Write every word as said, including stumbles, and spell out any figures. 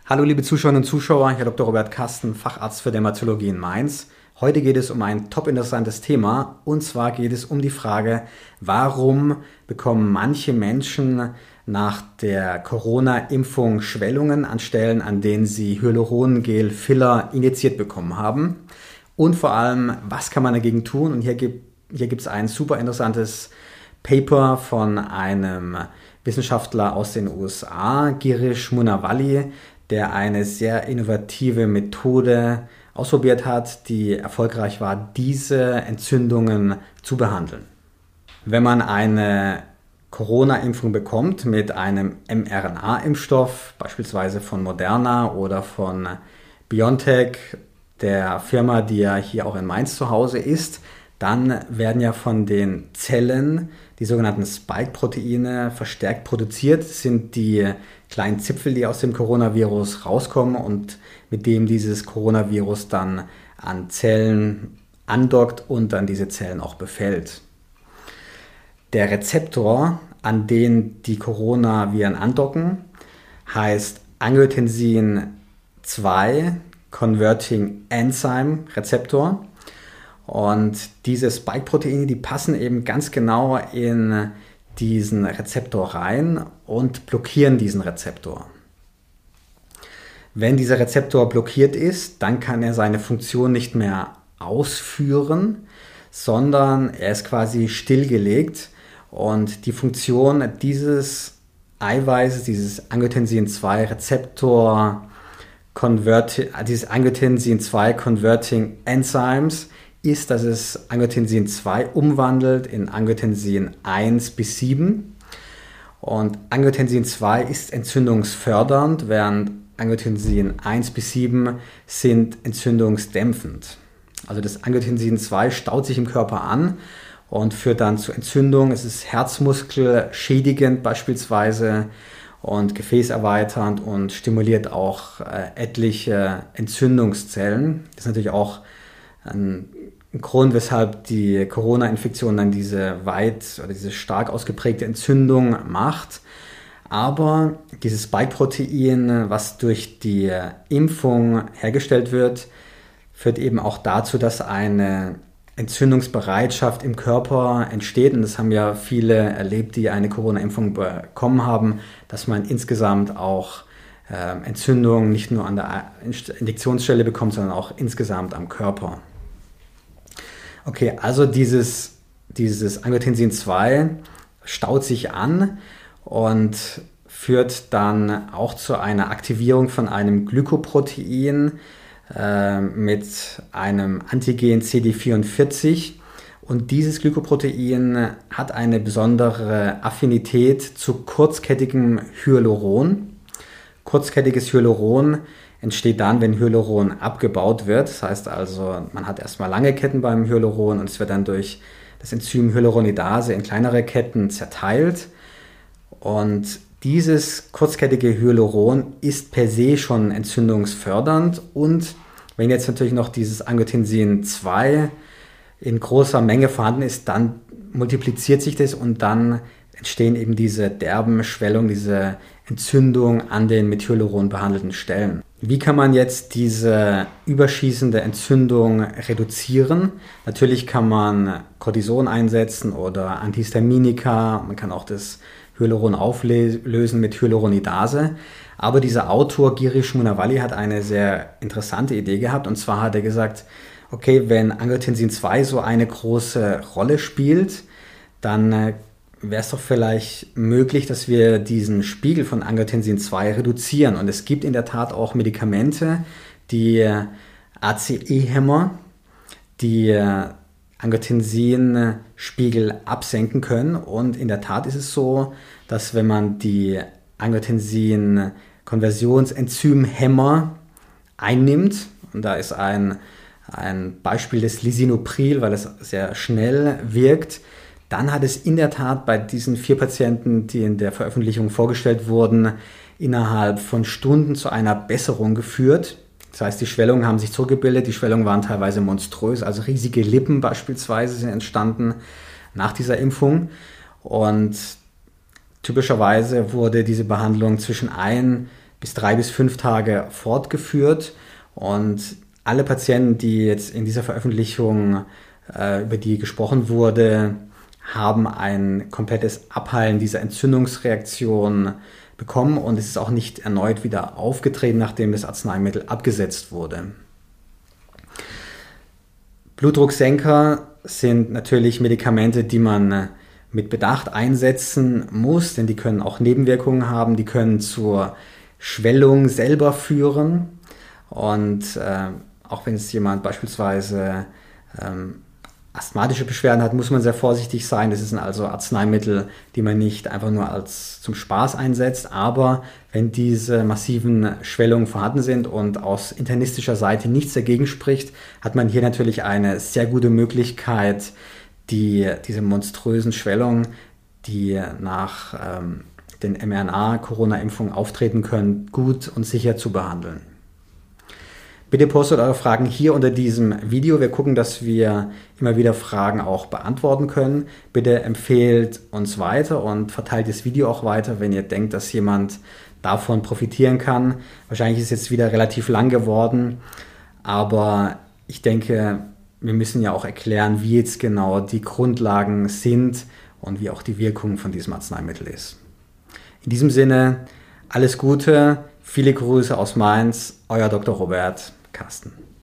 Hallo liebe Zuschauerinnen und Zuschauer, Herr Doktor Robert Kasten, Facharzt für Dermatologie in Mainz. Heute geht es um ein top interessantes Thema, und zwar geht es um die Frage, warum bekommen manche Menschen nach der Corona-Impfung Schwellungen an Stellen, an denen sie Hyalurongel-Filler injiziert bekommen haben, und vor allem, was kann man dagegen tun? Und hier gibt hier gibt es ein super interessantes Paper von einem Wissenschaftler aus den U S A, Girish Munawalli, der eine sehr innovative Methode ausprobiert hat, die erfolgreich war, diese Entzündungen zu behandeln. Wenn man eine Corona-Impfung bekommt mit einem mRNA-Impfstoff, beispielsweise von Moderna oder von BioNTech, der Firma, die ja hier auch in Mainz zu Hause ist, dann werden ja von den Zellen die sogenannten Spike-Proteine verstärkt produziert. Das sind die kleinen Zipfel, die aus dem Coronavirus rauskommen und mit dem dieses Coronavirus dann an Zellen andockt und dann diese Zellen auch befällt. Der Rezeptor, an den die Coronaviren andocken, heißt Angiotensin zwei Converting Enzyme Rezeptor. Und diese Spike-Proteine, die passen eben ganz genau in diesen Rezeptor rein und blockieren diesen Rezeptor. Wenn dieser Rezeptor blockiert ist, dann kann er seine Funktion nicht mehr ausführen, sondern er ist quasi stillgelegt. Und die Funktion dieses Eiweißes, dieses Angiotensin zwei Rezeptor, Convert, dieses Angiotensin zwei Converting Enzymes, ist, dass es Angiotensin zwei umwandelt in Angiotensin eins bis sieben. Und Angiotensin zwei ist entzündungsfördernd, während Angiotensin eins bis sieben sind entzündungsdämpfend. Also das Angiotensin zwei staut sich im Körper an und führt dann zu Entzündung. Es ist herzmuskelschädigend beispielsweise und gefäßerweiternd und stimuliert auch äh, etliche Entzündungszellen. Das ist natürlich auch ein Grund, weshalb die Corona-Infektion dann diese weit oder diese stark ausgeprägte Entzündung macht. Aber dieses Spike-Protein, was durch die Impfung hergestellt wird, führt eben auch dazu, dass eine Entzündungsbereitschaft im Körper entsteht. Und das haben ja viele erlebt, die eine Corona-Impfung bekommen haben, dass man insgesamt auch äh, Entzündungen nicht nur an der Injektionsstelle bekommt, sondern auch insgesamt am Körper. Okay, also dieses, dieses Angiotensin zwei staut sich an und führt dann auch zu einer Aktivierung von einem Glykoprotein äh, mit einem Antigen C D vierundvierzig. Und dieses Glykoprotein hat eine besondere Affinität zu kurzkettigem Hyaluron. Kurzkettiges Hyaluron entsteht dann, wenn Hyaluron abgebaut wird. Das heißt also, man hat erstmal lange Ketten beim Hyaluron und es wird dann durch das Enzym Hyaluronidase in kleinere Ketten zerteilt. Und dieses kurzkettige Hyaluron ist per se schon entzündungsfördernd. Und wenn jetzt natürlich noch dieses Angiotensin zwei in großer Menge vorhanden ist, dann multipliziert sich das und dann entstehen eben diese derben Schwellungen, diese Entzündung an den mit Hyaluron behandelten Stellen. Wie kann man jetzt diese überschießende Entzündung reduzieren? Natürlich kann man Cortison einsetzen oder Antihistaminika. Man kann auch das Hyaluron auflösen mit Hyaluronidase. Aber dieser Autor Girish Munawalli hat eine sehr interessante Idee gehabt. Und zwar hat er gesagt, okay, wenn Angiotensin zwei so eine große Rolle spielt, dann wäre es doch vielleicht möglich, dass wir diesen Spiegel von Angiotensin zwei reduzieren. Und es gibt in der Tat auch Medikamente, die A C E-Hämmer, die Angiotensin-Spiegel absenken können. Und in der Tat ist es so, dass wenn man die Angiotensin-Konversionsenzym-Hämmer einnimmt, und da ist ein, ein Beispiel des Lisinopril, weil es sehr schnell wirkt, dann hat es in der Tat bei diesen vier Patienten, die in der Veröffentlichung vorgestellt wurden, innerhalb von Stunden zu einer Besserung geführt. Das heißt, die Schwellungen haben sich zurückgebildet, die Schwellungen waren teilweise monströs, also riesige Lippen beispielsweise sind entstanden nach dieser Impfung. Und typischerweise wurde diese Behandlung zwischen ein bis drei bis fünf Tage fortgeführt. Und alle Patienten, die jetzt in dieser Veröffentlichung, äh, über die gesprochen wurde, haben ein komplettes Abheilen dieser Entzündungsreaktion bekommen und es ist auch nicht erneut wieder aufgetreten, nachdem das Arzneimittel abgesetzt wurde. Blutdrucksenker sind natürlich Medikamente, die man mit Bedacht einsetzen muss, denn die können auch Nebenwirkungen haben, die können zur Schwellung selber führen und äh, auch wenn jetzt jemand beispielsweise ähm, asthmatische Beschwerden hat, muss man sehr vorsichtig sein. Das sind also Arzneimittel, die man nicht einfach nur als zum Spaß einsetzt, aber wenn diese massiven Schwellungen vorhanden sind und aus internistischer Seite nichts dagegen spricht, hat man hier natürlich eine sehr gute Möglichkeit, die, diese monströsen Schwellungen, die nach ähm, den M R N A-Corona-Impfungen auftreten können, gut und sicher zu behandeln. Bitte postet eure Fragen hier unter diesem Video. Wir gucken, dass wir immer wieder Fragen auch beantworten können. Bitte empfehlt uns weiter und verteilt das Video auch weiter, wenn ihr denkt, dass jemand davon profitieren kann. Wahrscheinlich ist es jetzt wieder relativ lang geworden, aber ich denke, wir müssen ja auch erklären, wie jetzt genau die Grundlagen sind und wie auch die Wirkung von diesem Arzneimittel ist. In diesem Sinne, alles Gute, viele Grüße aus Mainz, euer Doktor Robert Carsten.